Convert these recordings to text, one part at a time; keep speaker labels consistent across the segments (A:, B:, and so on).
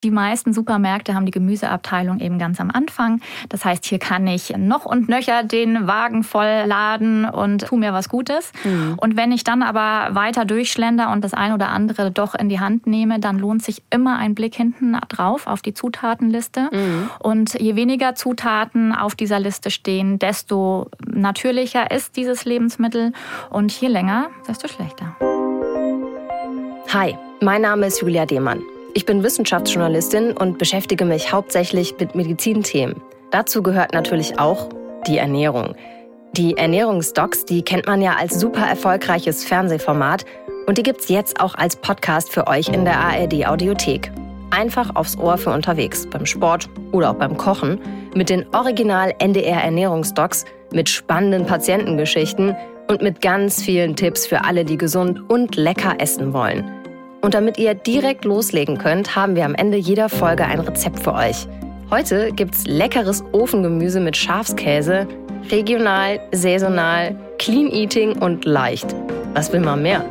A: Die meisten Supermärkte haben die Gemüseabteilung eben ganz am Anfang. Das heißt, hier kann ich noch und nöcher den Wagen voll laden und tu mir was Gutes. Und wenn ich dann aber weiter durchschlender und das ein oder andere doch in die Hand nehme, dann lohnt sich immer ein Blick hinten drauf auf die Zutatenliste. Und je weniger Zutaten auf dieser Liste stehen, desto natürlicher ist dieses Lebensmittel und je länger, desto schlechter.
B: Hi, mein Name ist Julia Demann. Ich bin Wissenschaftsjournalistin und beschäftige mich hauptsächlich mit Medizinthemen. Dazu gehört natürlich auch die Ernährung. Die Ernährungsdocs, die kennt man ja als super erfolgreiches Fernsehformat und die gibt's jetzt auch als Podcast für euch in der ARD-Audiothek. Einfach aufs Ohr für unterwegs, beim Sport oder auch beim Kochen, mit den Original-NDR-Ernährungsdocs, mit spannenden Patientengeschichten und mit ganz vielen Tipps für alle, die gesund und lecker essen wollen. Und damit ihr direkt loslegen könnt, haben wir am Ende jeder Folge ein Rezept für euch. Heute gibt's leckeres Ofengemüse mit Schafskäse, regional, saisonal, clean eating und leicht. Was will man mehr?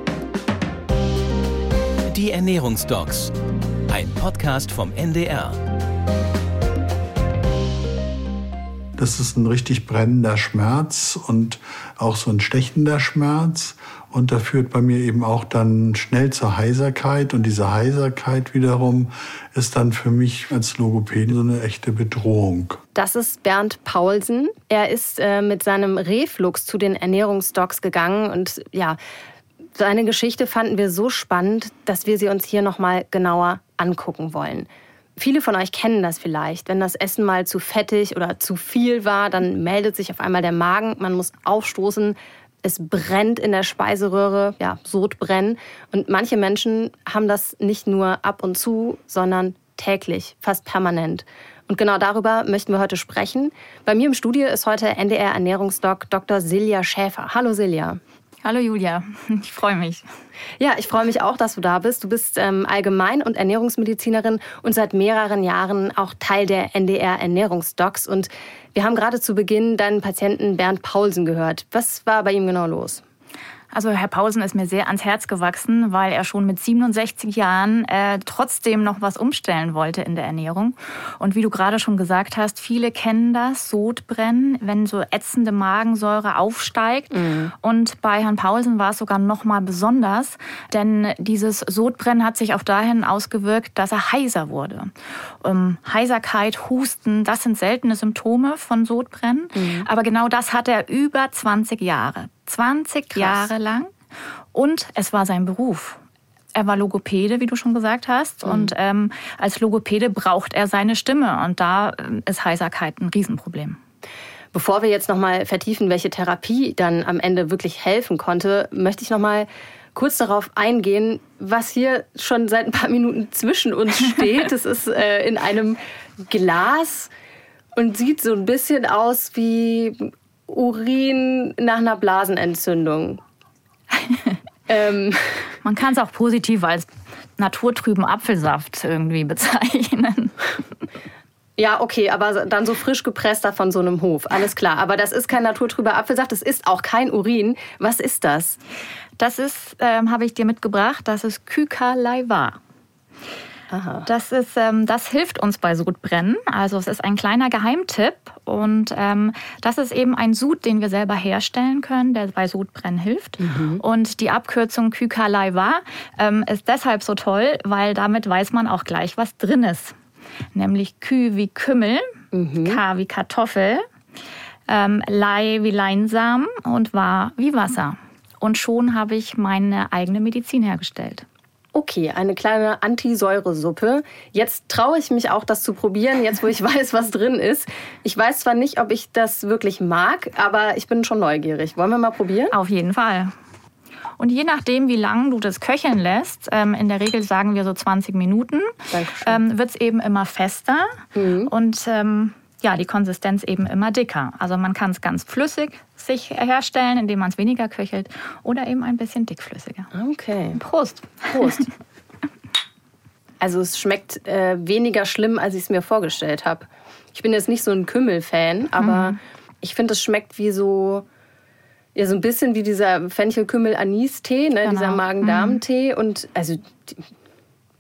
C: Die Ernährungsdocs, ein Podcast vom NDR.
D: Das ist ein richtig brennender Schmerz und auch so ein stechender Schmerz. Und da führt bei mir eben auch dann schnell zur Heiserkeit. Und diese Heiserkeit wiederum ist dann für mich als Logopädin so eine echte Bedrohung.
B: Das ist Bernd Paulsen. Er ist mit seinem Reflux zu den Ernährungsdocs gegangen. Und ja, seine Geschichte fanden wir so spannend, dass wir sie uns hier nochmal genauer angucken wollen. Viele von euch kennen das vielleicht. Wenn das Essen mal zu fettig oder zu viel war, dann meldet sich auf einmal der Magen. Man muss aufstoßen. Es brennt in der Speiseröhre, ja, Sodbrennen. Und manche Menschen haben das nicht nur ab und zu, sondern täglich, fast permanent. Und genau darüber möchten wir heute sprechen. Bei mir im Studio ist heute NDR-Ernährungsdoc Dr. Silja Schäfer. Hallo Silja.
A: Hallo Julia, ich freue mich.
B: Ja, ich freue mich auch, dass du da bist. Du bist Allgemein- und Ernährungsmedizinerin und seit mehreren Jahren auch Teil der NDR-Ernährungsdocs. Und wir haben gerade zu Beginn deinen Patienten Bernd Paulsen gehört. Was war bei ihm genau los?
A: Also Herr Paulsen ist mir sehr ans Herz gewachsen, weil er schon mit 67 Jahren trotzdem noch was umstellen wollte in der Ernährung. Und wie du gerade schon gesagt hast, viele kennen das, Sodbrennen, wenn so ätzende Magensäure aufsteigt. Und bei Herrn Paulsen war es sogar noch mal besonders, denn dieses Sodbrennen hat sich auch dahin ausgewirkt, dass er heiser wurde. Heiserkeit, Husten, das sind seltene Symptome von Sodbrennen. Aber genau das hat er über 20 Jahre. 20
B: Krass.
A: Jahre lang. Und es war sein Beruf. Er war Logopäde, wie du schon gesagt hast. Und als Logopäde braucht er seine Stimme. Und da ist Heiserkeit ein Riesenproblem.
B: Bevor wir jetzt nochmal vertiefen, welche Therapie dann am Ende wirklich helfen konnte, möchte ich nochmal kurz darauf eingehen, was hier schon seit ein paar Minuten zwischen uns steht. Das ist in einem Glas und sieht so ein bisschen aus wie Urin nach einer Blasenentzündung.
A: Man kann es auch positiv als naturtrüben Apfelsaft irgendwie bezeichnen.
B: Ja, okay, aber dann so frisch gepresster von so einem Hof. Alles klar, aber das ist kein naturtrüber Apfelsaft, das ist auch kein Urin. Was ist das?
A: Das ist, habe ich dir mitgebracht, das ist Kykalaiwa.
B: Aha.
A: Das hilft uns bei Sodbrennen. Also es ist ein kleiner Geheimtipp und das ist eben ein Sud, den wir selber herstellen können, der bei Sodbrennen hilft. Und die Abkürzung Kykalaiwa ist deshalb so toll, weil damit weiß man auch gleich, was drin ist. Nämlich Kü wie Kümmel, K wie Kartoffel, Lai wie Leinsamen und Wa wie Wasser. Und schon habe ich meine eigene Medizin hergestellt.
B: Okay, eine kleine Antisäuresuppe. Jetzt traue ich mich auch, das zu probieren, jetzt wo ich weiß, was drin ist. Ich weiß zwar nicht, ob ich das wirklich mag, aber ich bin schon neugierig. Wollen wir mal probieren?
A: Auf jeden Fall. Und je nachdem, wie lange du das köcheln lässt, in der Regel sagen wir so 20 Minuten, wird es eben immer fester und die Konsistenz eben immer dicker. Also man kann es ganz flüssig sich herstellen, indem man es weniger köchelt oder eben ein bisschen dickflüssiger.
B: Okay.
A: Prost.
B: Prost. Also es schmeckt weniger schlimm, als ich es mir vorgestellt habe. Ich bin jetzt nicht so ein Kümmel-Fan, aber ich finde, es schmeckt wie so ein bisschen wie dieser Fenchel-Kümmel-Anis-Tee, ne? Genau. Dieser Magen-Darm-Tee. Und also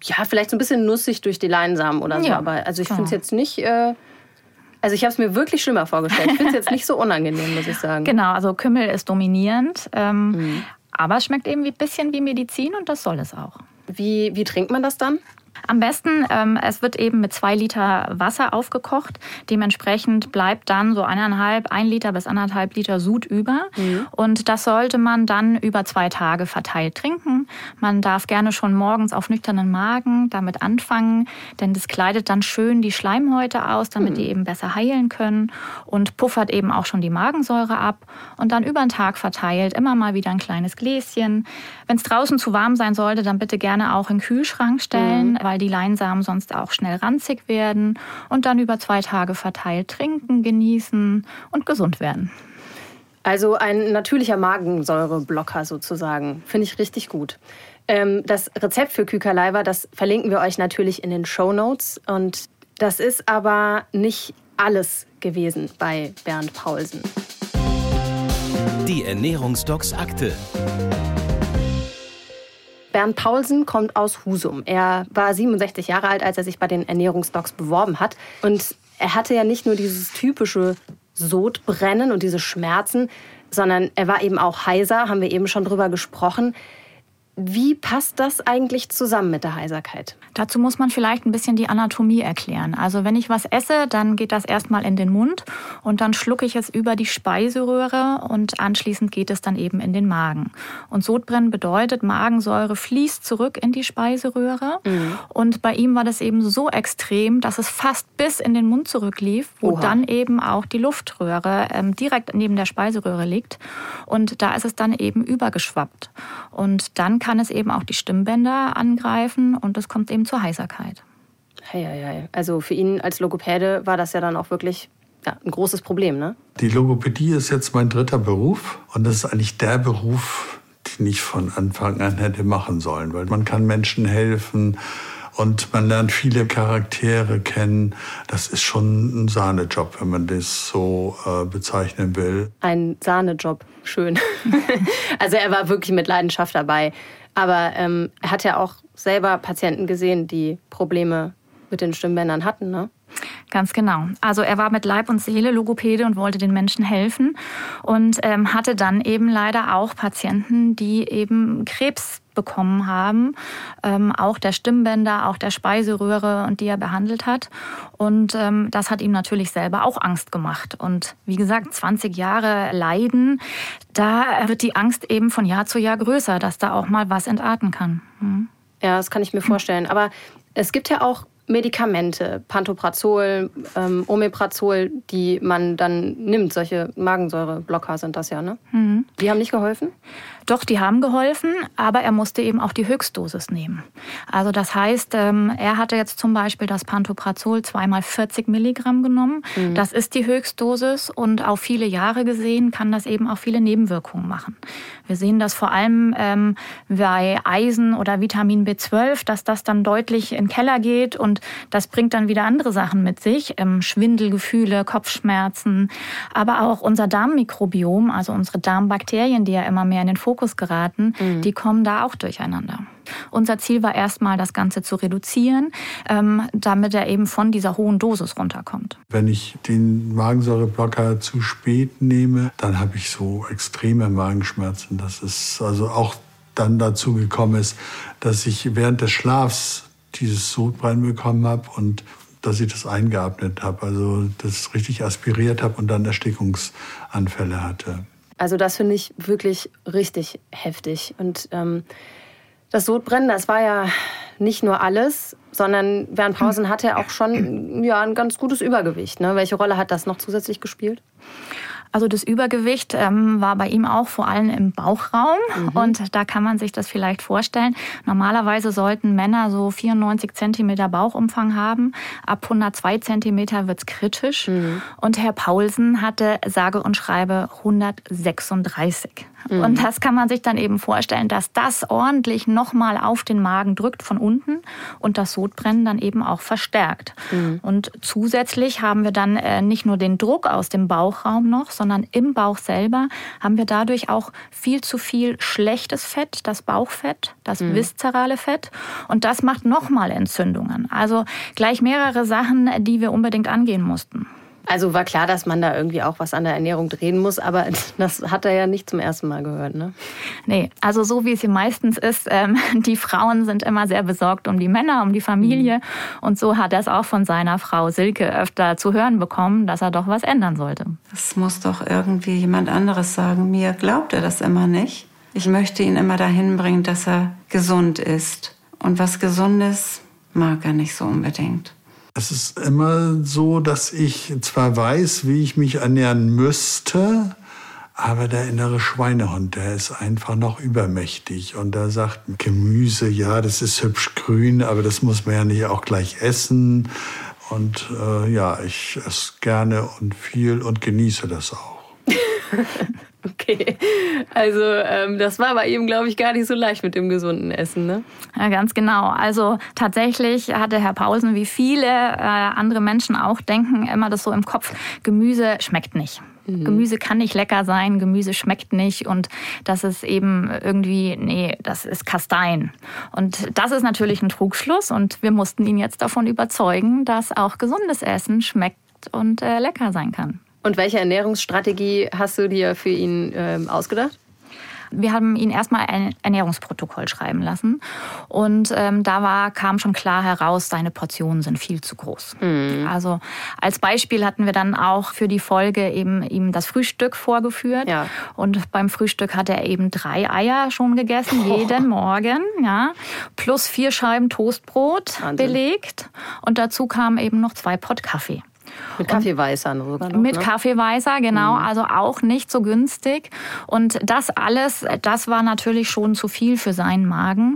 B: ja, vielleicht so ein bisschen nussig durch die Leinsamen oder so.
A: Ja,
B: aber also ich finde es jetzt nicht... Also ich habe es mir wirklich schlimmer vorgestellt. Ich finde es jetzt nicht so unangenehm, muss ich sagen.
A: Genau, also Kümmel ist dominierend. Aber es schmeckt eben ein bisschen wie Medizin und das soll es auch.
B: Wie trinkt man das dann?
A: Am besten, es wird eben mit 2 Liter Wasser aufgekocht. Dementsprechend bleibt dann so 1 Liter bis 1,5 Liter Sud über. Und das sollte man dann über 2 Tage verteilt trinken. Man darf gerne schon morgens auf nüchternen Magen damit anfangen, denn das kleidet dann schön die Schleimhäute aus, damit die eben besser heilen können und puffert eben auch schon die Magensäure ab. Und dann über den Tag verteilt immer mal wieder ein kleines Gläschen. Wenn es draußen zu warm sein sollte, dann bitte gerne auch in den Kühlschrank stellen, weil die Leinsamen sonst auch schnell ranzig werden. Und dann über 2 Tage verteilt trinken, genießen und gesund werden.
B: Also ein natürlicher Magensäureblocker sozusagen. Finde ich richtig gut. Das Rezept für Kykaliver, das verlinken wir euch natürlich in den Shownotes. Und das ist aber nicht alles gewesen bei Bernd Paulsen.
C: Die Ernährungsdocs Akte.
B: Bernd Paulsen kommt aus Husum. Er war 67 Jahre alt, als er sich bei den Ernährungsdocs beworben hat. Und er hatte ja nicht nur dieses typische Sodbrennen und diese Schmerzen, sondern er war eben auch heiser, haben wir eben schon drüber gesprochen. Wie passt das eigentlich zusammen mit der Heiserkeit?
A: Dazu muss man vielleicht ein bisschen die Anatomie erklären. Also wenn ich was esse, dann geht das erstmal in den Mund und dann schlucke ich es über die Speiseröhre und anschließend geht es dann eben in den Magen. Und Sodbrennen bedeutet, Magensäure fließt zurück in die Speiseröhre. Und bei ihm war das eben so extrem, dass es fast bis in den Mund zurücklief, wo dann eben auch die Luftröhre direkt neben der Speiseröhre liegt. Und da ist es dann eben übergeschwappt. Und dann kann es eben auch die Stimmbänder angreifen und es kommt eben zur Heiserkeit.
B: Also für ihn als Logopäde war das ja dann auch wirklich ein großes Problem, ne?
D: Die Logopädie ist jetzt mein 3. Beruf und das ist eigentlich der Beruf, den ich von Anfang an hätte machen sollen, weil man kann Menschen helfen und man lernt viele Charaktere kennen. Das ist schon ein Sahnejob, wenn man das so bezeichnen will.
B: Ein Sahnejob, schön. Also er war wirklich mit Leidenschaft dabei. Aber er hat ja auch selber Patienten gesehen, die Probleme mit den Stimmbändern hatten, ne?
A: Ganz genau. Also er war mit Leib und Seele Logopäde und wollte den Menschen helfen und hatte dann eben leider auch Patienten, die eben Krebs bekommen haben, auch der Stimmbänder, auch der Speiseröhre und die er behandelt hat. Und das hat ihm natürlich selber auch Angst gemacht. Und wie gesagt, 20 Jahre Leiden, da wird die Angst eben von Jahr zu Jahr größer, dass da auch mal was entarten kann.
B: Ja, das kann ich mir vorstellen. Aber es gibt ja auch Medikamente, Pantoprazol, Omeprazol, die man dann nimmt. Solche Magensäureblocker sind das ja, ne? Die haben nicht geholfen?
A: Doch, die haben geholfen, aber er musste eben auch die Höchstdosis nehmen. Also das heißt, er hatte jetzt zum Beispiel das Pantoprazol 2x 40 Milligramm genommen. Das ist die Höchstdosis und auf viele Jahre gesehen kann das eben auch viele Nebenwirkungen machen. Wir sehen das vor allem bei Eisen oder Vitamin B12, dass das dann deutlich in den Keller geht und das bringt dann wieder andere Sachen mit sich. Schwindelgefühle, Kopfschmerzen, aber auch unser Darmmikrobiom, also unsere Darmbakterien, die ja immer mehr in den Fokus geraten, die kommen da auch durcheinander. Unser Ziel war erstmal, das Ganze zu reduzieren, damit er eben von dieser hohen Dosis runterkommt.
D: Wenn ich den Magensäureblocker zu spät nehme, dann habe ich so extreme Magenschmerzen. Das ist also auch dann dazu gekommen ist, dass ich während des Schlafs dieses Sodbrennen bekommen habe und dass ich das eingeatmet habe, also das richtig aspiriert habe und dann Erstickungsanfälle hatte.
B: Also das finde ich wirklich richtig heftig. Und das Sodbrennen, das war ja nicht nur alles, sondern Bernd Paulsen hatte auch schon ein ganz gutes Übergewicht. Ne? Welche Rolle hat das noch zusätzlich gespielt?
A: Also das Übergewicht war bei ihm auch vor allem im Bauchraum. Und da kann man sich das vielleicht vorstellen. Normalerweise sollten Männer so 94 Zentimeter Bauchumfang haben. Ab 102 Zentimeter wird's kritisch. Und Herr Paulsen hatte sage und schreibe 136. Und das kann man sich dann eben vorstellen, dass das ordentlich nochmal auf den Magen drückt von unten und das Sodbrennen dann eben auch verstärkt. Und zusätzlich haben wir dann nicht nur den Druck aus dem Bauchraum noch, sondern im Bauch selber haben wir dadurch auch viel zu viel schlechtes Fett, das Bauchfett, das viszerale Fett. Und das macht nochmal Entzündungen. Also gleich mehrere Sachen, die wir unbedingt angehen mussten.
B: Also war klar, dass man da irgendwie auch was an der Ernährung drehen muss, aber das hat er ja nicht zum ersten Mal gehört, ne?
A: Nee, also so wie es hier meistens ist, die Frauen sind immer sehr besorgt um die Männer, um die Familie. Und so hat er es auch von seiner Frau Silke öfter zu hören bekommen, dass er doch was ändern sollte.
E: Das muss doch irgendwie jemand anderes sagen. Mir glaubt er das immer nicht. Ich möchte ihn immer dahin bringen, dass er gesund ist. Und was Gesundes mag er nicht so unbedingt.
D: Es ist immer so, dass ich zwar weiß, wie ich mich ernähren müsste, aber der innere Schweinehund, der ist einfach noch übermächtig. Und der sagt, Gemüse, ja, das ist hübsch grün, aber das muss man ja nicht auch gleich essen. Und ich esse gerne und viel und genieße das auch.
B: Okay, also das war bei ihm, glaube ich, gar nicht so leicht mit dem gesunden Essen, ne?
A: Ja, ganz genau. Also tatsächlich hatte Herr Paulsen, wie viele andere Menschen auch, denken immer das so im Kopf, Gemüse schmeckt nicht. Gemüse kann nicht lecker sein, Gemüse schmeckt nicht und das ist eben irgendwie, das ist Kastein. Und das ist natürlich ein Trugschluss und wir mussten ihn jetzt davon überzeugen, dass auch gesundes Essen schmeckt und lecker sein kann.
B: Und welche Ernährungsstrategie hast du dir für ihn ausgedacht?
A: Wir haben ihn erstmal ein Ernährungsprotokoll schreiben lassen und kam schon klar heraus, seine Portionen sind viel zu groß. Also als Beispiel hatten wir dann auch für die Folge eben ihm das Frühstück vorgeführt.
B: Ja.
A: Und beim Frühstück hat er eben 3 Eier schon gegessen, jeden Morgen, ja, plus 4 Scheiben Toastbrot belegt und dazu kamen eben noch 2 Pott Kaffee.
B: Mit Kaffeeweißer sogar noch,
A: Mit
B: ne?
A: Kaffeeweißer, genau. Also auch nicht so günstig. Und das alles, das war natürlich schon zu viel für seinen Magen.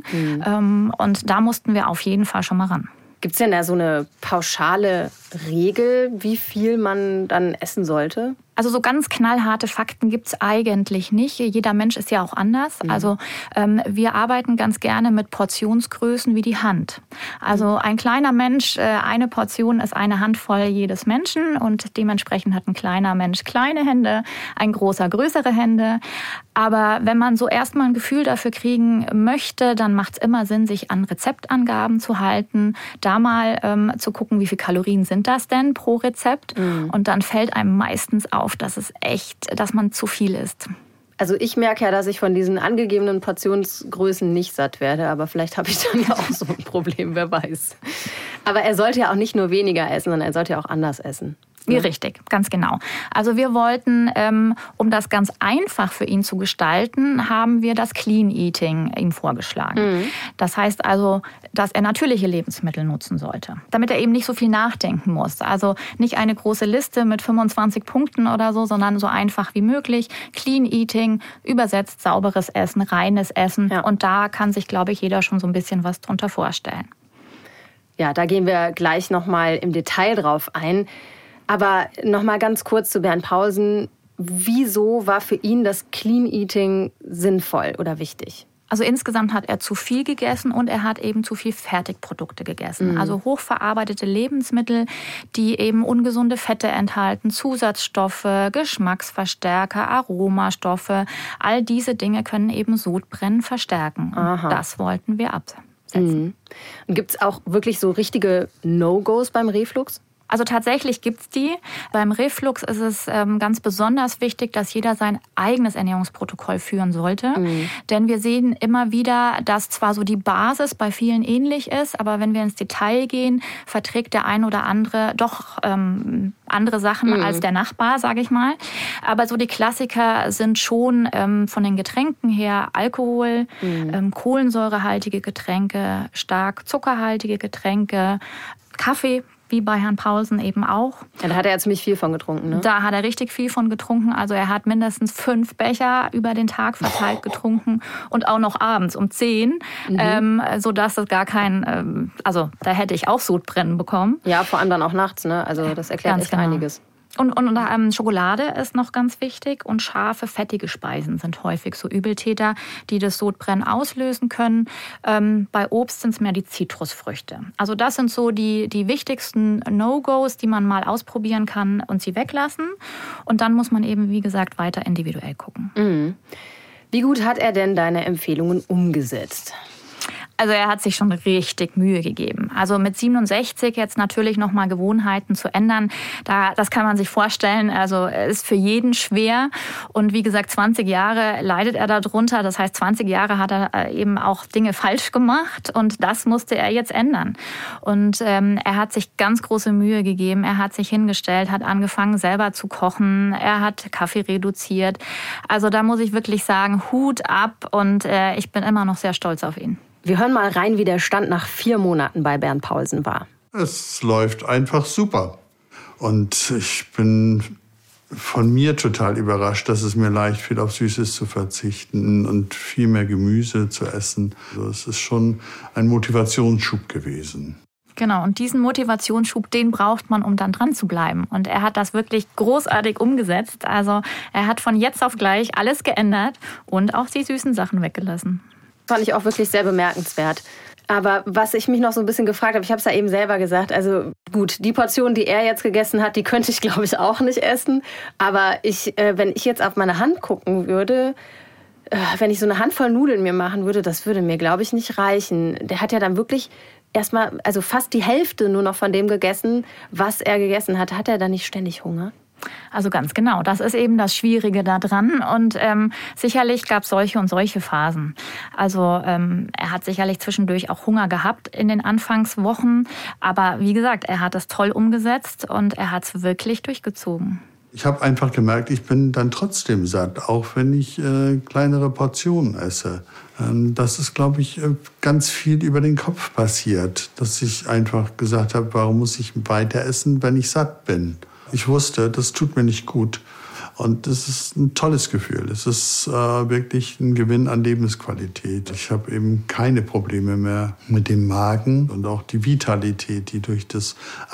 A: Und da mussten wir auf jeden Fall schon mal ran.
B: Gibt es denn da so eine pauschale Regel, wie viel man dann essen sollte?
A: Also so ganz knallharte Fakten gibt's eigentlich nicht. Jeder Mensch ist ja auch anders. Also wir arbeiten ganz gerne mit Portionsgrößen wie die Hand. Also ein kleiner Mensch, eine Portion ist eine Handvoll jedes Menschen und dementsprechend hat ein kleiner Mensch kleine Hände, ein großer größere Hände. Aber wenn man so erstmal ein Gefühl dafür kriegen möchte, dann macht's immer Sinn, sich an Rezeptangaben zu halten, da mal zu gucken, wie viel Kalorien sind das denn pro Rezept. Und dann fällt einem meistens auf, dass man zu viel isst.
B: Also ich merke ja, dass ich von diesen angegebenen Portionsgrößen nicht satt werde, aber vielleicht habe ich dann ja auch so ein Problem, wer weiß. Aber er sollte ja auch nicht nur weniger essen, sondern er sollte ja auch anders essen.
A: Ja. Richtig, ganz genau. Also wir wollten, um das ganz einfach für ihn zu gestalten, haben wir das Clean Eating ihm vorgeschlagen. Das heißt also, dass er natürliche Lebensmittel nutzen sollte, damit er eben nicht so viel nachdenken muss. Also nicht eine große Liste mit 25 Punkten oder so, sondern so einfach wie möglich. Clean Eating, übersetzt sauberes Essen, reines Essen. Ja. Und da kann sich, glaube ich, jeder schon so ein bisschen was drunter vorstellen.
B: Ja, da gehen wir gleich nochmal im Detail drauf ein. Aber nochmal ganz kurz zu Bernd Paulsen. Wieso war für ihn das Clean Eating sinnvoll oder wichtig?
A: Also insgesamt hat er zu viel gegessen und er hat eben zu viel Fertigprodukte gegessen. Also hochverarbeitete Lebensmittel, die eben ungesunde Fette enthalten, Zusatzstoffe, Geschmacksverstärker, Aromastoffe. All diese Dinge können eben Sodbrennen verstärken. Und das wollten wir absetzen.
B: Und gibt es auch wirklich so richtige No-Gos beim Reflux?
A: Also tatsächlich gibt's die. Beim Reflux ist es ganz besonders wichtig, dass jeder sein eigenes Ernährungsprotokoll führen sollte. Denn wir sehen immer wieder, dass zwar so die Basis bei vielen ähnlich ist, aber wenn wir ins Detail gehen, verträgt der ein oder andere doch andere Sachen als der Nachbar, sage ich mal. Aber so die Klassiker sind schon von den Getränken her Alkohol, kohlensäurehaltige Getränke, stark zuckerhaltige Getränke, Kaffee, wie bei Herrn Paulsen eben auch.
B: Ja, da hat er ja ziemlich viel von getrunken, ne?
A: Da hat er richtig viel von getrunken. Also er hat mindestens 5 Becher über den Tag verteilt getrunken und auch noch abends um 10, sodass das gar kein, also da hätte ich auch Sodbrennen bekommen.
B: Ja, vor allem dann auch nachts, ne? Also das erklärt echt einiges.
A: Und Schokolade ist noch ganz wichtig und scharfe, fettige Speisen sind häufig so Übeltäter, die das Sodbrennen auslösen können. Bei Obst sind es mehr die Zitrusfrüchte. Also das sind so die wichtigsten No-Gos, die man mal ausprobieren kann und sie weglassen. Und dann muss man eben, wie gesagt, weiter individuell gucken.
B: Mhm. Wie gut hat er denn deine Empfehlungen umgesetzt?
A: Also er hat sich schon richtig Mühe gegeben. Also mit 67 jetzt natürlich nochmal Gewohnheiten zu ändern, das kann man sich vorstellen, also ist für jeden schwer. Und wie gesagt, 20 Jahre leidet er darunter. Das heißt, 20 Jahre hat er eben auch Dinge falsch gemacht und das musste er jetzt ändern. Und er hat sich ganz große Mühe gegeben. Er hat sich hingestellt, hat angefangen selber zu kochen. Er hat Kaffee reduziert. Also da muss ich wirklich sagen, Hut ab und ich bin immer noch sehr stolz auf ihn.
B: Wir hören mal rein, wie der Stand nach 4 Monaten bei Bernd Paulsen war.
D: Es läuft einfach super. Und ich bin von mir total überrascht, dass es mir leicht fiel, auf Süßes zu verzichten und viel mehr Gemüse zu essen. Also es ist schon ein Motivationsschub gewesen.
A: Genau, und diesen Motivationsschub, den braucht man, um dann dran zu bleiben. Und er hat das wirklich großartig umgesetzt. Also er hat von jetzt auf gleich alles geändert und auch die süßen Sachen weggelassen.
B: Fand ich auch wirklich sehr bemerkenswert. Aber was ich mich noch so ein bisschen gefragt habe, ich habe es ja eben selber gesagt, also gut, die Portion, die er jetzt gegessen hat, die könnte ich, glaube ich, auch nicht essen. Aber wenn ich jetzt auf meine Hand gucken würde, wenn ich so eine Handvoll Nudeln mir machen würde, das würde mir, glaube ich, nicht reichen. Der hat ja dann wirklich erstmal, also fast die Hälfte nur noch von dem gegessen, was er gegessen hat. Hat er dann nicht ständig Hunger?
A: Also ganz genau, das ist eben das Schwierige daran und sicherlich gab es solche und solche Phasen. Also er hat sicherlich zwischendurch auch Hunger gehabt in den Anfangswochen, aber wie gesagt, er hat es toll umgesetzt und er hat es wirklich durchgezogen.
D: Ich habe einfach gemerkt, ich bin dann trotzdem satt, auch wenn ich kleinere Portionen esse. Das ist, glaube ich, ganz viel über den Kopf passiert, dass ich einfach gesagt habe, warum muss ich weiter essen, wenn ich satt bin? Ich wusste, das tut mir nicht gut. Und das ist ein tolles Gefühl. Es ist wirklich ein Gewinn an Lebensqualität. Ich habe eben keine Probleme mehr mit dem Magen und auch die Vitalität, die durch das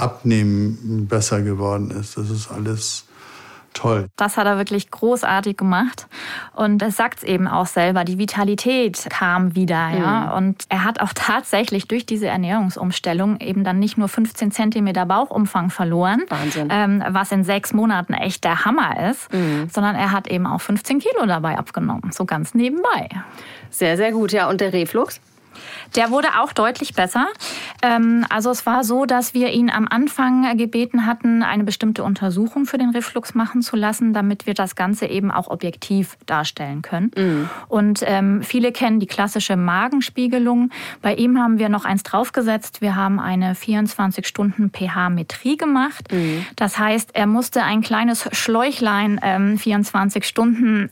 D: Abnehmen besser geworden ist. Das ist alles toll.
A: Das hat er wirklich großartig gemacht. Und es sagt es eben auch selber, die Vitalität kam wieder. Ja? Und er hat auch tatsächlich durch diese Ernährungsumstellung eben dann nicht nur 15 Zentimeter Bauchumfang verloren,
B: Wahnsinn.
A: Was in 6 Monaten echt der Hammer ist, sondern er hat eben auch 15 Kilo dabei abgenommen, so ganz nebenbei.
B: Sehr, sehr gut. Ja, und der Reflux?
A: Der wurde auch deutlich besser. Also es war so, dass wir ihn am Anfang gebeten hatten, eine bestimmte Untersuchung für den Reflux machen zu lassen, damit wir das Ganze eben auch objektiv darstellen können. Und viele kennen die klassische Magenspiegelung. Bei ihm haben wir noch eins draufgesetzt. Wir haben eine 24-Stunden-pH-Metrie gemacht. Das heißt, er musste ein kleines Schläuchlein 24 Stunden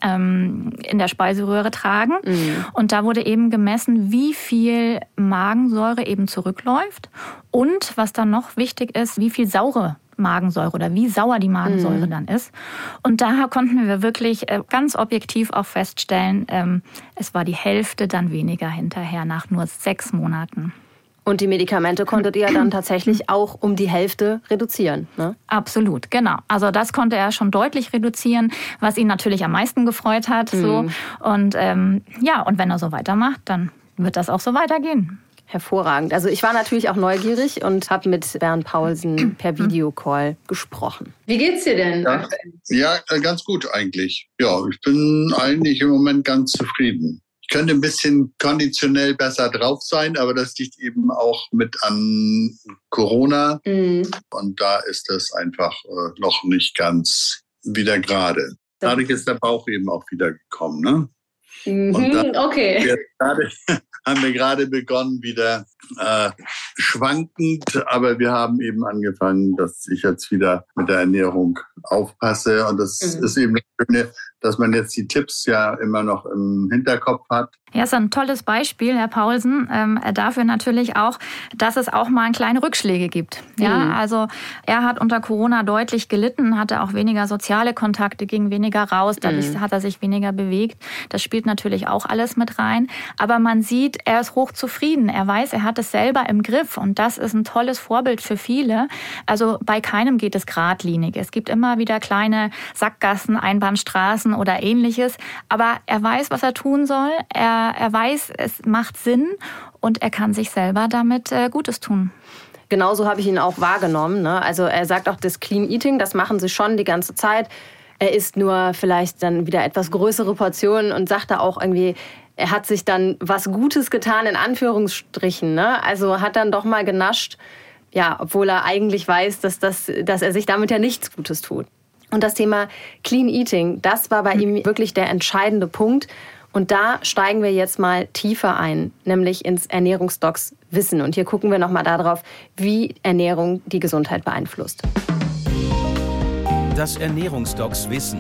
A: in der Speiseröhre tragen. Und da wurde eben gemessen, wie viel Magensäure eben zurückläuft und was dann noch wichtig ist, wie viel saure Magensäure oder wie sauer die Magensäure dann ist. Und daher konnten wir wirklich ganz objektiv auch feststellen, es war die Hälfte dann weniger hinterher nach nur 6 Monaten.
B: Und die Medikamente konntet ihr dann tatsächlich auch um die Hälfte reduzieren, ne?
A: Absolut, genau. Also das konnte er schon deutlich reduzieren, was ihn natürlich am meisten gefreut hat. So. Und und wenn er so weitermacht, dann wird das auch so weitergehen.
B: Hervorragend. Also ich war natürlich auch neugierig und habe mit Bernd Paulsen per Videocall gesprochen. Wie geht's dir denn?
D: Ja, ganz gut eigentlich. Ja, ich bin eigentlich im Moment ganz zufrieden. Ich könnte ein bisschen konditionell besser drauf sein, aber das liegt eben auch mit an Corona. Und da ist das einfach noch nicht ganz wieder gerade. Dadurch ist der Bauch eben auch wieder gekommen, ne? Und dann
B: Okay.
D: haben wir gerade begonnen, wieder schwankend, aber wir haben eben angefangen, dass ich jetzt wieder mit der Ernährung aufpasse. Und das ist eben das Schöne,
F: dass man jetzt die Tipps ja immer noch im Hinterkopf hat.
A: Ja, ist ein tolles Beispiel, Herr Paulsen, dafür natürlich auch, dass es auch mal kleine Rückschläge gibt. Ja, also er hat unter Corona deutlich gelitten, hatte auch weniger soziale Kontakte, ging weniger raus, dadurch hat er sich weniger bewegt. Das spielt natürlich auch alles mit rein. Aber man sieht, er ist hochzufrieden. Er weiß, er hat es selber im Griff und das ist ein tolles Vorbild für viele. Also bei keinem geht es geradlinig. Es gibt immer wieder kleine Sackgassen, Einbahnstraßen oder Ähnliches. Aber er weiß, was er tun soll. Er weiß, es macht Sinn und er kann sich selber damit Gutes tun.
B: Genauso habe ich ihn auch wahrgenommen, ne? Also er sagt auch, das Clean Eating, das machen sie schon die ganze Zeit. Er isst nur vielleicht dann wieder etwas größere Portionen und sagt da auch irgendwie, er hat sich dann was Gutes getan, in Anführungsstrichen, ne? Also hat dann doch mal genascht, ja, obwohl er eigentlich weiß, dass er sich damit ja nichts Gutes tut. Und das Thema Clean Eating, das war bei ihm wirklich der entscheidende Punkt. Und da steigen wir jetzt mal tiefer ein, nämlich ins Ernährungsdocs Wissen. Und hier gucken wir nochmal darauf, wie Ernährung die Gesundheit beeinflusst.
C: Das Ernährungsdocs Wissen.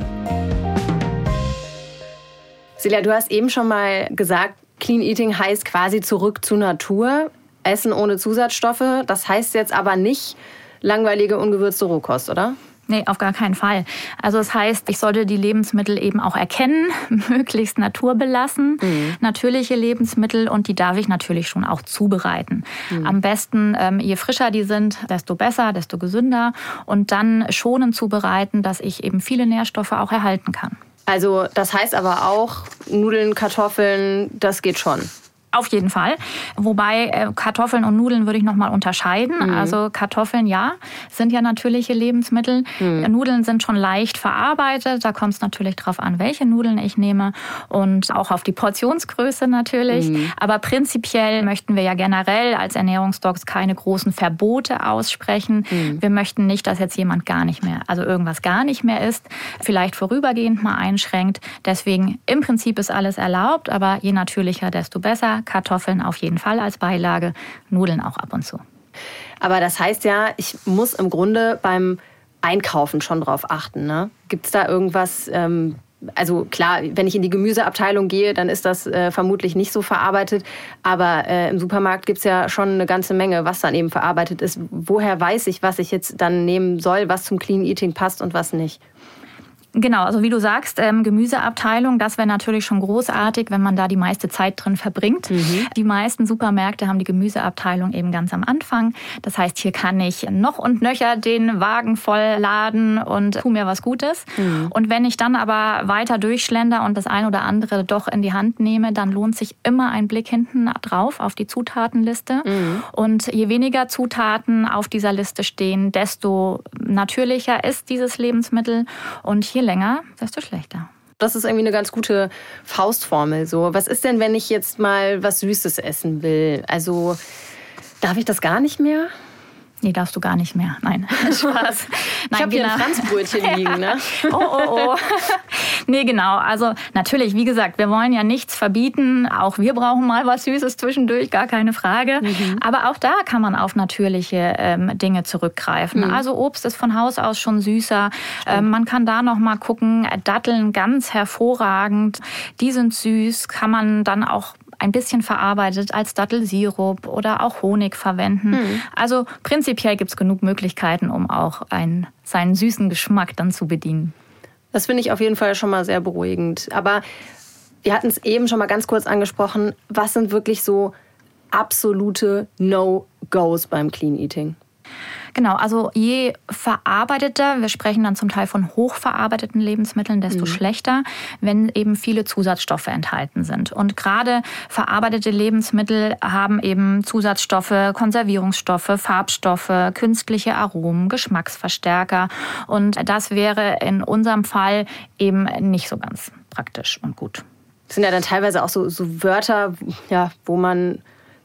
B: Silja, du hast eben schon mal gesagt, Clean Eating heißt quasi zurück zur Natur, Essen ohne Zusatzstoffe. Das heißt jetzt aber nicht langweilige, ungewürzte Rohkost, oder?
A: Nee, auf gar keinen Fall. Also es heißt, ich sollte die Lebensmittel eben auch erkennen, möglichst naturbelassen, natürliche Lebensmittel und die darf ich natürlich schon auch zubereiten. Am besten, je frischer die sind, desto besser, desto gesünder und dann schonend zubereiten, dass ich eben viele Nährstoffe auch erhalten kann.
B: Also das heißt aber auch, Nudeln, Kartoffeln, das geht schon.
A: Auf jeden Fall. Wobei Kartoffeln und Nudeln würde ich nochmal unterscheiden. Also Kartoffeln, ja, sind ja natürliche Lebensmittel. Nudeln sind schon leicht verarbeitet. Da kommt es natürlich drauf an, welche Nudeln ich nehme und auch auf die Portionsgröße natürlich. Aber prinzipiell möchten wir ja generell als Ernährungsdocs keine großen Verbote aussprechen. Wir möchten nicht, dass jetzt jemand gar nicht mehr, also irgendwas gar nicht mehr isst, vielleicht vorübergehend mal einschränkt. Deswegen im Prinzip ist alles erlaubt, aber je natürlicher, desto besser. Kartoffeln auf jeden Fall als Beilage, Nudeln auch ab und zu.
B: Aber das heißt ja, ich muss im Grunde beim Einkaufen schon drauf achten, ne? Gibt es da irgendwas, also klar, wenn ich in die Gemüseabteilung gehe, dann ist das vermutlich nicht so verarbeitet. Aber im Supermarkt gibt es ja schon eine ganze Menge, was dann eben verarbeitet ist. Woher weiß ich, was ich jetzt dann nehmen soll, was zum Clean Eating passt und was nicht?
A: Genau, also wie du sagst, Gemüseabteilung, das wäre natürlich schon großartig, wenn man da die meiste Zeit drin verbringt. Die meisten Supermärkte haben die Gemüseabteilung eben ganz am Anfang. Das heißt, hier kann ich noch und nöcher den Wagen voll laden und tu mir was Gutes. Und wenn ich dann aber weiter durchschlender und das ein oder andere doch in die Hand nehme, dann lohnt sich immer ein Blick hinten drauf auf die Zutatenliste. Und je weniger Zutaten auf dieser Liste stehen, desto natürlicher ist dieses Lebensmittel. Und je länger, desto schlechter.
B: Das ist irgendwie eine ganz gute Faustformel. So, was ist denn, wenn ich jetzt mal was Süßes essen will? Also, darf ich das gar nicht mehr?
A: Nee, darfst du gar nicht mehr. Nein, Spaß.
B: Ich habe hier ein Franzbrötchen liegen, ne?
A: Oh. Nee, genau. Also natürlich, wie gesagt, wir wollen ja nichts verbieten. Auch wir brauchen mal was Süßes zwischendurch, gar keine Frage. Aber auch da kann man auf natürliche Dinge zurückgreifen. Also Obst ist von Haus aus schon süßer. Man kann da noch mal gucken. Datteln ganz hervorragend. Die sind süß, kann man dann auch ein bisschen verarbeitet als Dattelsirup oder auch Honig verwenden. Also prinzipiell gibt es genug Möglichkeiten, um auch seinen süßen Geschmack dann zu bedienen.
B: Das finde ich auf jeden Fall schon mal sehr beruhigend. Aber wir hatten es eben schon mal ganz kurz angesprochen. Was sind wirklich so absolute No-Gos beim Clean Eating?
A: Genau, also je verarbeiteter, wir sprechen dann zum Teil von hochverarbeiteten Lebensmitteln, desto schlechter, wenn eben viele Zusatzstoffe enthalten sind. Und gerade verarbeitete Lebensmittel haben eben Zusatzstoffe, Konservierungsstoffe, Farbstoffe, künstliche Aromen, Geschmacksverstärker. Und das wäre in unserem Fall eben nicht so ganz praktisch und gut.
B: Das sind ja dann teilweise auch so Wörter, ja, wo man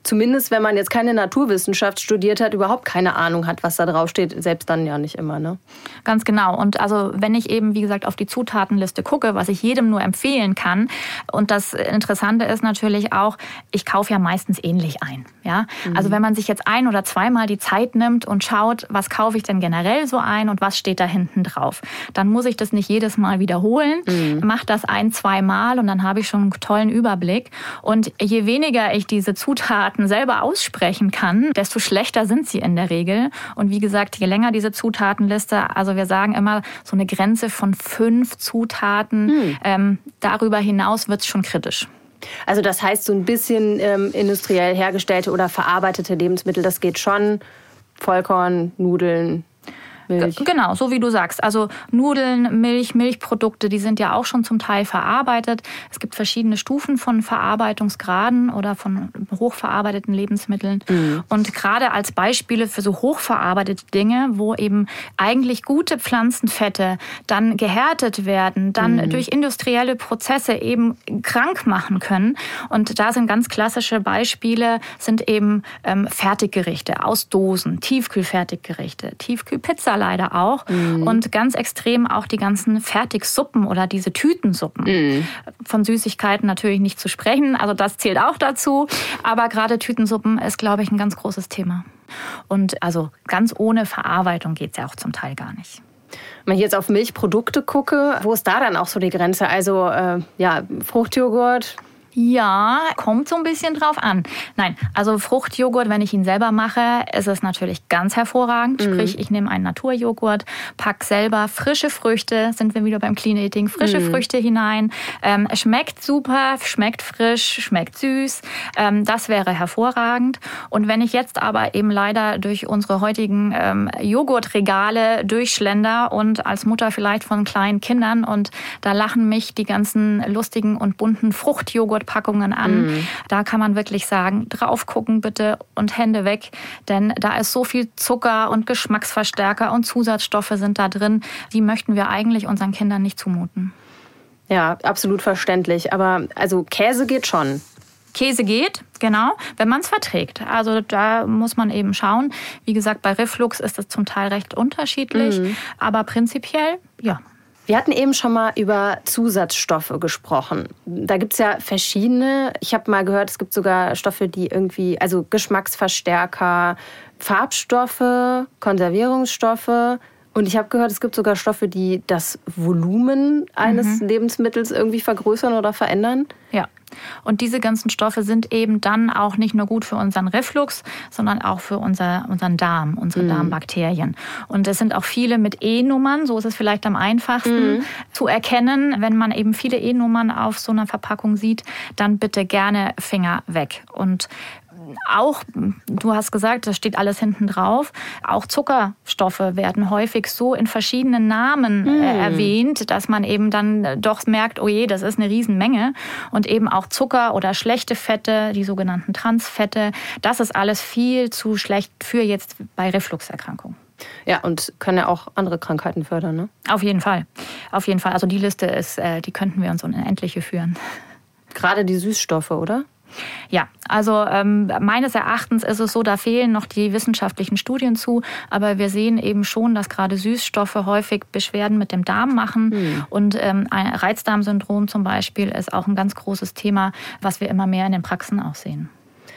B: zumindest wenn man jetzt keine Naturwissenschaft studiert hat, überhaupt keine Ahnung hat, was da drauf steht. Selbst dann ja nicht immer, ne?
A: Ganz genau. Und also wenn ich eben, wie gesagt, auf die Zutatenliste gucke, was ich jedem nur empfehlen kann. Und das Interessante ist natürlich auch, ich kaufe ja meistens ähnlich ein. Ja? Also wenn man sich jetzt ein- oder zweimal die Zeit nimmt und schaut, was kaufe ich denn generell so ein und was steht da hinten drauf, dann muss ich das nicht jedes Mal wiederholen. Mache das 1-2 Mal und dann habe ich schon einen tollen Überblick. Und je weniger ich diese Zutaten selber aussprechen kann, desto schlechter sind sie in der Regel. Und wie gesagt, je länger diese Zutatenliste, also wir sagen immer so eine Grenze von 5 Zutaten, darüber hinaus wird es schon kritisch.
B: Also das heißt, so ein bisschen industriell hergestellte oder verarbeitete Lebensmittel, das geht schon. Vollkorn, Nudeln, Milch.
A: Genau, so wie du sagst. Also Nudeln, Milch, Milchprodukte, die sind ja auch schon zum Teil verarbeitet. Es gibt verschiedene Stufen von Verarbeitungsgraden oder von hochverarbeiteten Lebensmitteln. Und gerade als Beispiele für so hochverarbeitete Dinge, wo eben eigentlich gute Pflanzenfette dann gehärtet werden, dann durch industrielle Prozesse eben krank machen können. Und da sind ganz klassische Beispiele, sind eben Fertiggerichte aus Dosen, Tiefkühlfertiggerichte, Tiefkühlpizza leider auch. Und ganz extrem auch die ganzen Fertigsuppen oder diese Tütensuppen. Von Süßigkeiten natürlich nicht zu sprechen, also das zählt auch dazu. Aber gerade Tütensuppen ist, glaube ich, ein ganz großes Thema. Und also ganz ohne Verarbeitung geht es ja auch zum Teil gar nicht.
B: Wenn ich jetzt auf Milchprodukte gucke, wo ist da dann auch so die Grenze? Also Fruchtjoghurt.
A: Ja, kommt so ein bisschen drauf an. Nein, also Fruchtjoghurt, wenn ich ihn selber mache, ist es natürlich ganz hervorragend. Sprich, ich nehme einen Naturjoghurt, pack selber frische Früchte, sind wir wieder beim Clean Eating, frische Früchte hinein. Es schmeckt super, schmeckt frisch, schmeckt süß. Das wäre hervorragend. Und wenn ich jetzt aber eben leider durch unsere heutigen Joghurtregale durchschlender und als Mutter vielleicht von kleinen Kindern und da lachen mich die ganzen lustigen und bunten Fruchtjoghurt Packungen an. Da kann man wirklich sagen, drauf gucken bitte und Hände weg, denn da ist so viel Zucker und Geschmacksverstärker und Zusatzstoffe sind da drin, die möchten wir eigentlich unseren Kindern nicht zumuten.
B: Ja, absolut verständlich, aber also Käse geht schon.
A: Käse geht, genau, wenn man es verträgt. Also da muss man eben schauen. Wie gesagt, bei Reflux ist es zum Teil recht unterschiedlich, aber prinzipiell, ja.
B: Wir hatten eben schon mal über Zusatzstoffe gesprochen. Da gibt es ja verschiedene. Ich habe mal gehört, es gibt sogar Stoffe, die irgendwie, also Geschmacksverstärker, Farbstoffe, Konservierungsstoffe. Und ich habe gehört, es gibt sogar Stoffe, die das Volumen eines Lebensmittels irgendwie vergrößern oder verändern.
A: Ja. Und diese ganzen Stoffe sind eben dann auch nicht nur gut für unseren Reflux, sondern auch für unseren Darm, unsere Darmbakterien. Und es sind auch viele mit E-Nummern, so ist es vielleicht am einfachsten zu erkennen. Wenn man eben viele E-Nummern auf so einer Verpackung sieht, dann bitte gerne Finger weg. Und auch, du hast gesagt, das steht alles hinten drauf, auch Zuckerstoffe werden häufig so in verschiedenen Namen erwähnt, dass man eben dann doch merkt, oh je, das ist eine Riesenmenge. Und eben auch Zucker oder schlechte Fette, die sogenannten Transfette, das ist alles viel zu schlecht für jetzt bei Refluxerkrankungen.
B: Ja, und können ja auch andere Krankheiten fördern, ne?
A: Auf jeden Fall. Auf jeden Fall. Also die Liste ist, die könnten wir uns unendliche führen.
B: Gerade die Süßstoffe, oder?
A: Ja, also meines Erachtens ist es so, da fehlen noch die wissenschaftlichen Studien zu, aber wir sehen eben schon, dass gerade Süßstoffe häufig Beschwerden mit dem Darm machen und ein Reizdarmsyndrom zum Beispiel ist auch ein ganz großes Thema, was wir immer mehr in den Praxen auch sehen.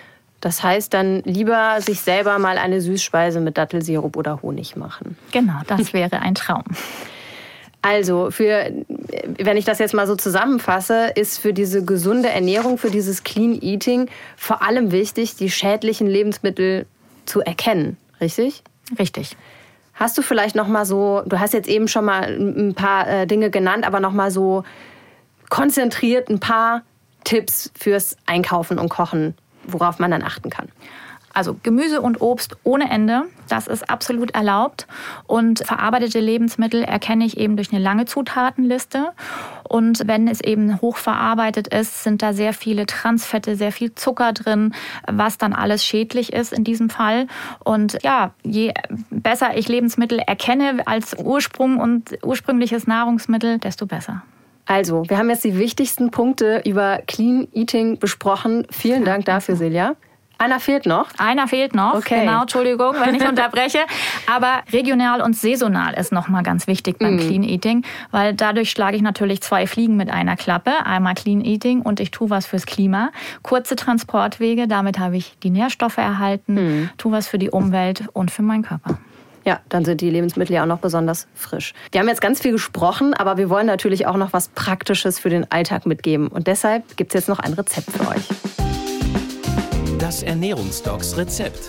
B: Das heißt dann lieber sich selber mal eine Süßspeise mit Dattelsirup oder Honig machen.
A: Genau, das wäre ein Traum.
B: Also, wenn ich das jetzt mal so zusammenfasse, ist für diese gesunde Ernährung, für dieses Clean Eating vor allem wichtig, die schädlichen Lebensmittel zu erkennen, richtig?
A: Richtig.
B: Hast du vielleicht noch mal so, du hast jetzt eben schon mal ein paar Dinge genannt, aber noch mal so konzentriert ein paar Tipps fürs Einkaufen und Kochen, worauf man dann achten kann?
A: Also Gemüse und Obst ohne Ende, das ist absolut erlaubt. Und verarbeitete Lebensmittel erkenne ich eben durch eine lange Zutatenliste. Und wenn es eben hochverarbeitet ist, sind da sehr viele Transfette, sehr viel Zucker drin, was dann alles schädlich ist in diesem Fall. Und ja, je besser ich Lebensmittel erkenne als Ursprung und ursprüngliches Nahrungsmittel, desto besser.
B: Also, wir haben jetzt die wichtigsten Punkte über Clean Eating besprochen. Vielen Dank dafür, Silja. Einer fehlt noch?
A: Einer fehlt noch,
B: okay.
A: Genau, Entschuldigung, wenn ich unterbreche. Aber regional und saisonal ist nochmal ganz wichtig beim Clean Eating, weil dadurch schlage ich natürlich 2 Fliegen mit einer Klappe. Einmal Clean Eating und ich tue was fürs Klima. Kurze Transportwege, damit habe ich die Nährstoffe erhalten, tue was für die Umwelt und für meinen Körper.
B: Ja, dann sind die Lebensmittel ja auch noch besonders frisch. Wir haben jetzt ganz viel gesprochen, aber wir wollen natürlich auch noch was Praktisches für den Alltag mitgeben. Und deshalb gibt es jetzt noch ein Rezept für euch.
C: Das Ernährungsdocs-Rezept.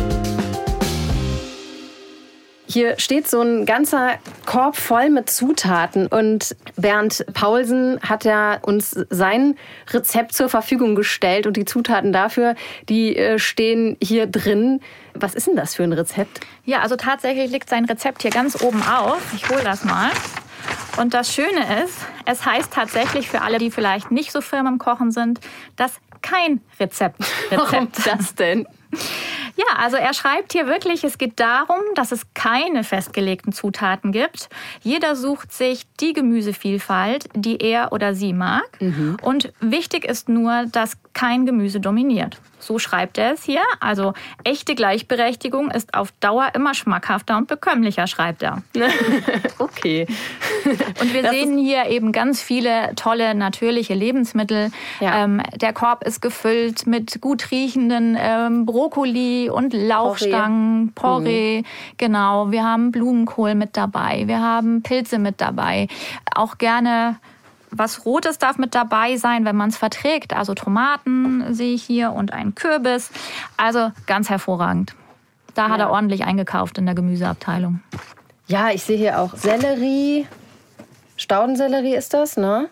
B: Hier steht so ein ganzer Korb voll mit Zutaten und Bernd Paulsen hat ja uns sein Rezept zur Verfügung gestellt und die Zutaten dafür, die stehen hier drin. Was ist denn das für ein Rezept?
A: Ja, also tatsächlich liegt sein Rezept hier ganz oben auf. Ich hole das mal. Und das Schöne ist, es heißt tatsächlich für alle, die vielleicht nicht so firm im Kochen sind, dass kein Rezept.
B: Warum das denn?
A: Ja, also er schreibt hier wirklich, es geht darum, dass es keine festgelegten Zutaten gibt. Jeder sucht sich die Gemüsevielfalt, die er oder sie mag. Und wichtig ist nur, dass kein Gemüse dominiert. So schreibt er es hier. Also echte Gleichberechtigung ist auf Dauer immer schmackhafter und bekömmlicher, schreibt er.
B: Okay.
A: Und wir sehen hier eben ganz viele tolle, natürliche Lebensmittel.
B: Ja.
A: Der Korb ist gefüllt mit gut riechenden Brokkoli und Lauchstangen, Porree. Genau, wir haben Blumenkohl mit dabei, wir haben Pilze mit dabei. Auch gerne was Rotes darf mit dabei sein, wenn man es verträgt. Also Tomaten sehe ich hier und einen Kürbis. Also ganz hervorragend. Da hat er ordentlich eingekauft in der Gemüseabteilung.
B: Ja, ich sehe hier auch Sellerie. Staudensellerie ist das, ne?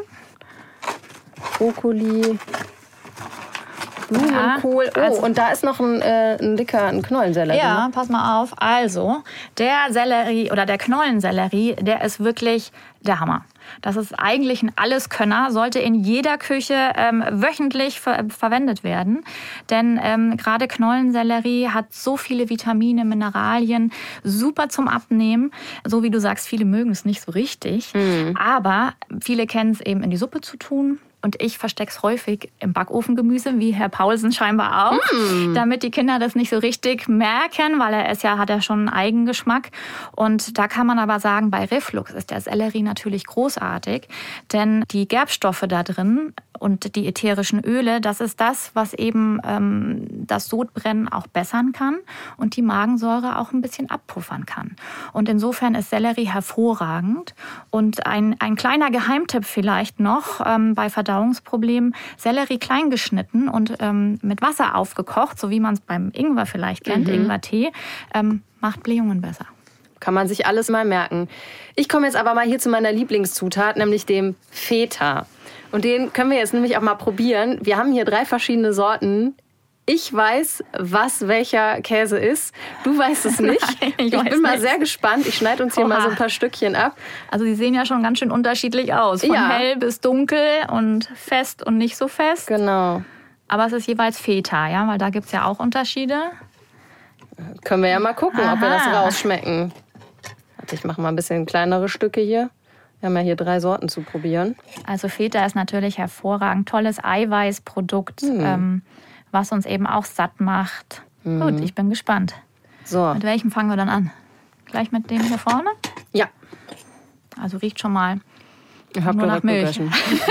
B: Brokkoli. Blumenkohl.
A: Ja,
B: und da ist noch ein Knollensellerie.
A: Ja,
B: ne?
A: pass mal auf. Also, der Sellerie oder der Knollensellerie, der ist wirklich der Hammer. Das ist eigentlich ein Alleskönner, sollte in jeder Küche wöchentlich verwendet werden. Denn gerade Knollensellerie hat so viele Vitamine, Mineralien, super zum Abnehmen. So wie du sagst, viele mögen es nicht so richtig. Aber viele kennen es eben in die Suppe zu tun. Und ich verstecke es häufig im Backofengemüse, wie Herr Paulsen scheinbar auch, damit die Kinder das nicht so richtig merken, weil hat ja schon einen Eigengeschmack. Und da kann man aber sagen, bei Reflux ist der Sellerie natürlich großartig, denn die Gerbstoffe da drin und die ätherischen Öle, das ist das, was eben das Sodbrennen auch bessern kann und die Magensäure auch ein bisschen abpuffern kann. Und insofern ist Sellerie hervorragend. Und ein kleiner Geheimtipp vielleicht noch bei Verdauungsproblemen: Sellerie klein geschnitten und mit Wasser aufgekocht, so wie man es beim Ingwer vielleicht kennt, Ingwertee, macht Blähungen besser.
B: Kann man sich alles mal merken. Ich komme jetzt aber mal hier zu meiner Lieblingszutat, nämlich dem Feta. Und den können wir jetzt nämlich auch mal probieren. Wir haben hier 3 verschiedene Sorten. Ich weiß, was welcher Käse ist. Du weißt es nicht.
A: Nein,
B: ich bin mal sehr gespannt. Ich schneide uns hier mal so ein paar Stückchen ab.
A: Also die sehen ja schon ganz schön unterschiedlich aus. Von hell bis dunkel und fest und nicht so fest.
B: Genau.
A: Aber es ist jeweils Feta, ja, weil da gibt es ja auch Unterschiede.
B: Können wir ja mal gucken, ob wir das rausschmecken. Warte, ich mache mal ein bisschen kleinere Stücke hier. Wir haben ja hier 3 Sorten zu probieren.
A: Also Feta ist natürlich hervorragend. Tolles Eiweißprodukt, was uns eben auch satt macht. Gut, ich bin gespannt.
B: So.
A: Mit welchem fangen wir dann an? Gleich mit dem hier vorne?
B: Ja.
A: Also riecht schon mal
B: Ich hab
A: nur nach Milch.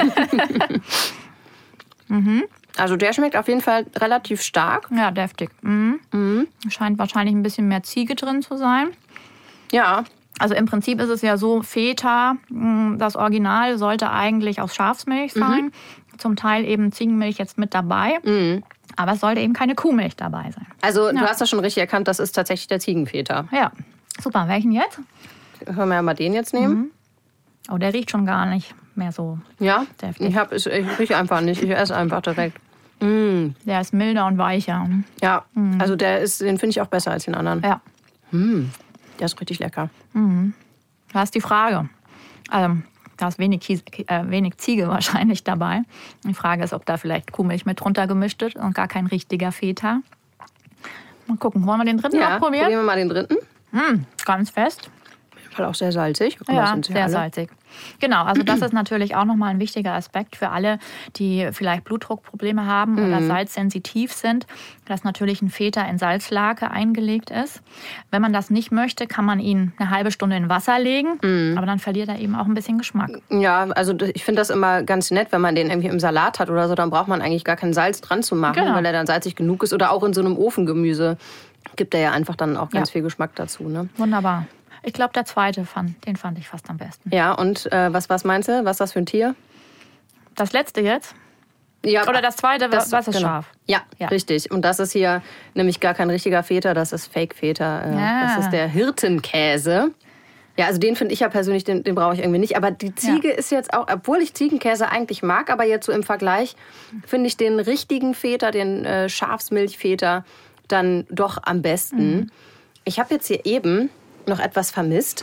B: Also der schmeckt auf jeden Fall relativ stark.
A: Ja, deftig. Scheint wahrscheinlich ein bisschen mehr Ziege drin zu sein.
B: Ja.
A: Also im Prinzip ist es ja so, Feta, das Original sollte eigentlich aus Schafsmilch sein. Zum Teil eben Ziegenmilch jetzt mit dabei. Aber es sollte eben keine Kuhmilch dabei sein.
B: Also du hast das schon richtig erkannt, das ist tatsächlich der Ziegenfeta.
A: Ja, super. Welchen jetzt?
B: Können wir ja mal den jetzt nehmen.
A: Oh, der riecht schon gar nicht mehr so
B: Ja,
A: deftig.
B: ich rieche einfach nicht, ich esse einfach direkt.
A: Der ist milder und weicher.
B: Ja, also den finde ich auch besser als den anderen.
A: Ja.
B: Der ist richtig lecker.
A: Da ist die Frage. Da ist wenig Ziege wahrscheinlich dabei. Die Frage ist, ob da vielleicht Kuhmilch mit drunter gemischt ist und gar kein richtiger Feta. Mal gucken, wollen wir den dritten noch probieren?
B: Probieren wir mal den dritten.
A: Ganz fest.
B: Fall auch sehr salzig.
A: Ja, sehr salzig. Genau, also das ist natürlich auch nochmal ein wichtiger Aspekt für alle, die vielleicht Blutdruckprobleme haben oder salzsensitiv sind, dass natürlich ein Feta in Salzlake eingelegt ist. Wenn man das nicht möchte, kann man ihn eine halbe Stunde in Wasser legen, aber dann verliert er eben auch ein bisschen Geschmack.
B: Ja, also ich finde das immer ganz nett, wenn man den irgendwie im Salat hat oder so, dann braucht man eigentlich gar kein Salz dran zu machen, weil er dann salzig genug ist. Oder auch in so einem Ofengemüse gibt er ja einfach dann auch ganz viel Geschmack dazu. Ne?
A: Wunderbar. Ich glaube, der zweite den fand ich fast am besten.
B: Ja, und was meinst du? Was ist das für ein Tier? Das
A: letzte jetzt?
B: Ja,
A: oder das zweite, was ist scharf?
B: Ja, richtig. Und das ist hier nämlich gar kein richtiger Feta, das ist Fake-Feta. Das ist der Hirtenkäse. Ja, also den finde ich ja persönlich, den brauche ich irgendwie nicht. Aber die Ziege ist jetzt auch, obwohl ich Ziegenkäse eigentlich mag, aber jetzt so im Vergleich finde ich den richtigen Feta, den Schafsmilchfeta, dann doch am besten. Ich habe jetzt hier eben noch etwas vermisst.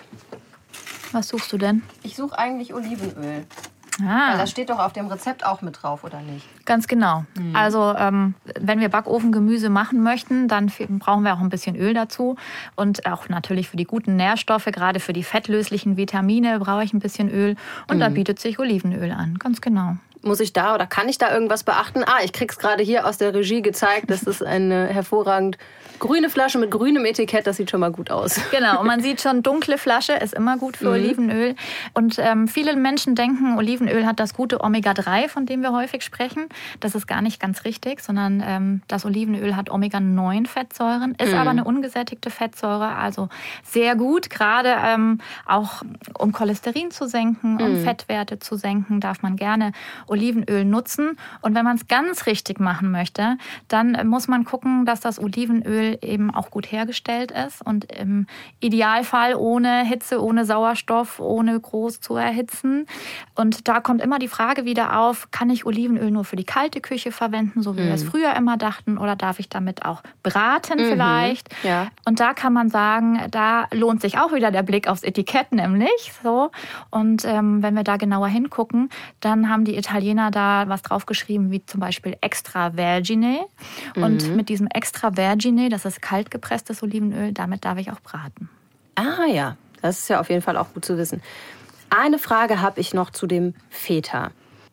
A: Was suchst du denn?
B: Ich suche eigentlich Olivenöl. Weil das steht doch auf dem Rezept auch mit drauf, oder nicht?
A: Ganz genau. Also wenn wir Backofengemüse machen möchten, dann brauchen wir auch ein bisschen Öl dazu. Und auch natürlich für die guten Nährstoffe, gerade für die fettlöslichen Vitamine brauche ich ein bisschen Öl. Und da bietet sich Olivenöl an, ganz genau.
B: Muss ich da oder kann ich da irgendwas beachten? Ich krieg's gerade hier aus der Regie gezeigt. Das ist eine hervorragend grüne Flasche mit grünem Etikett. Das sieht schon mal gut aus.
A: Genau, und man sieht schon, dunkle Flasche ist immer gut für Olivenöl. Und viele Menschen denken, Olivenöl hat das gute Omega-3, von dem wir häufig sprechen. Das ist gar nicht ganz richtig, sondern das Olivenöl hat Omega-9-Fettsäuren, ist aber eine ungesättigte Fettsäure, also sehr gut. Gerade auch um Cholesterin zu senken, um Fettwerte zu senken, darf man gerne Olivenöl nutzen. Und wenn man es ganz richtig machen möchte, dann muss man gucken, dass das Olivenöl eben auch gut hergestellt ist und im Idealfall ohne Hitze, ohne Sauerstoff, ohne groß zu erhitzen. Und da kommt immer die Frage wieder auf, kann ich Olivenöl nur für die kalte Küche verwenden, so wie wir es früher immer dachten, oder darf ich damit auch braten vielleicht?
B: Ja.
A: Und da kann man sagen, da lohnt sich auch wieder der Blick aufs Etikett nämlich. So. Und wenn wir da genauer hingucken, dann haben die Italiener da was draufgeschrieben, wie zum Beispiel Extra Vergine. Und mit diesem Extra Vergine, das ist kalt gepresstes Olivenöl, damit darf ich auch braten.
B: Ja, das ist ja auf jeden Fall auch gut zu wissen. Eine Frage habe ich noch zu dem Feta.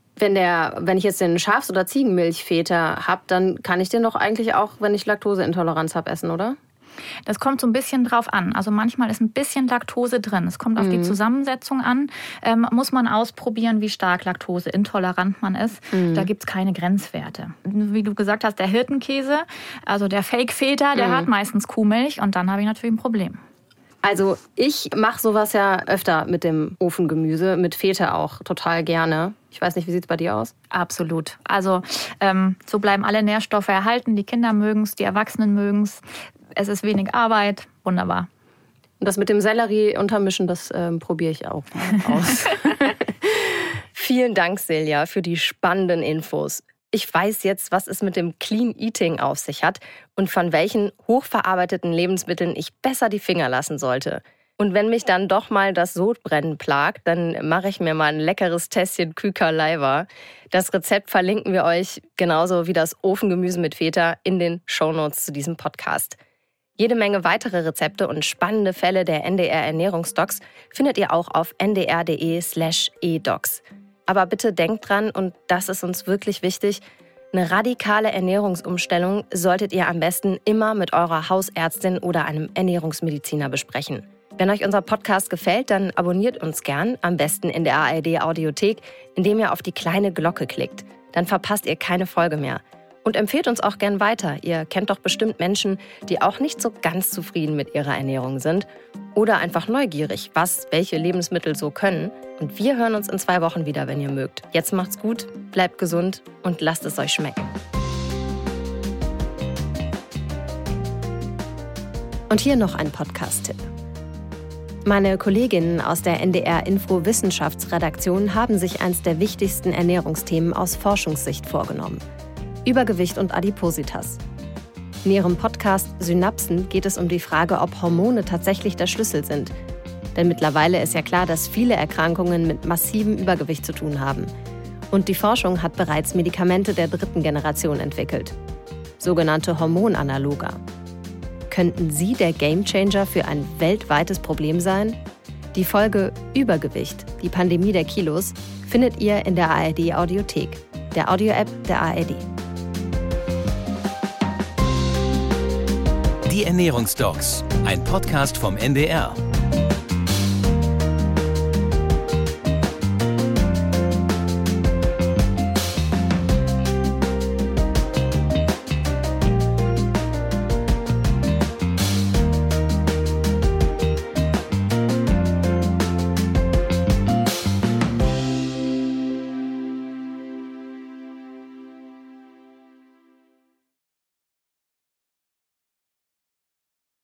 B: Wenn ich jetzt den Schafs- oder Ziegenmilchfeta habe, dann kann ich den doch eigentlich auch, wenn ich Laktoseintoleranz habe, essen, oder?
A: Das kommt so ein bisschen drauf an. Also manchmal ist ein bisschen Laktose drin. Es kommt auf die Zusammensetzung an. Muss man ausprobieren, wie stark laktoseintolerant man ist. Da gibt es keine Grenzwerte. Wie du gesagt hast, der Hirtenkäse, also der Fake-Feta, der hat meistens Kuhmilch und dann habe ich natürlich ein Problem.
B: Also ich mache sowas ja öfter mit dem Ofengemüse, mit Feta auch total gerne. Ich weiß nicht, wie sieht es bei dir aus?
A: Absolut. Also so bleiben alle Nährstoffe erhalten. Die Kinder mögen es, die Erwachsenen mögen es. Es ist wenig Arbeit. Wunderbar.
B: Und das mit dem Sellerie untermischen, das probiere ich auch mal aus. Vielen Dank, Silja, für die spannenden Infos. Ich weiß jetzt, was es mit dem Clean Eating auf sich hat und von welchen hochverarbeiteten Lebensmitteln ich besser die Finger lassen sollte. Und wenn mich dann doch mal das Sodbrennen plagt, dann mache ich mir mal ein leckeres Tässchen Küker-Leiber. Das Rezept verlinken wir euch, genauso wie das Ofengemüse mit Feta, in den Shownotes zu diesem Podcast. Jede Menge weitere Rezepte und spannende Fälle der NDR-Ernährungsdocs findet ihr auch auf ndr.de/edocs. Aber bitte denkt dran, und das ist uns wirklich wichtig, eine radikale Ernährungsumstellung solltet ihr am besten immer mit eurer Hausärztin oder einem Ernährungsmediziner besprechen. Wenn euch unser Podcast gefällt, dann abonniert uns gern, am besten in der ARD-Audiothek, indem ihr auf die kleine Glocke klickt. Dann verpasst ihr keine Folge mehr. Und empfehlt uns auch gern weiter. Ihr kennt doch bestimmt Menschen, die auch nicht so ganz zufrieden mit ihrer Ernährung sind oder einfach neugierig, was welche Lebensmittel so können. Und wir hören uns in 2 Wochen wieder, wenn ihr mögt. Jetzt macht's gut, bleibt gesund und lasst es euch schmecken. Und hier noch ein Podcast-Tipp. Meine Kolleginnen aus der NDR-Info-Wissenschaftsredaktion haben sich eins der wichtigsten Ernährungsthemen aus Forschungssicht vorgenommen: Übergewicht und Adipositas. In ihrem Podcast Synapsen geht es um die Frage, ob Hormone tatsächlich der Schlüssel sind. Denn mittlerweile ist ja klar, dass viele Erkrankungen mit massivem Übergewicht zu tun haben. Und die Forschung hat bereits Medikamente der 3. Generation entwickelt. Sogenannte Hormonanaloga. Könnten sie der Gamechanger für ein weltweites Problem sein? Die Folge Übergewicht, die Pandemie der Kilos, findet ihr in der ARD-Audiothek, der Audio-App der ARD.
C: Die Ernährungsdocs, ein Podcast vom NDR.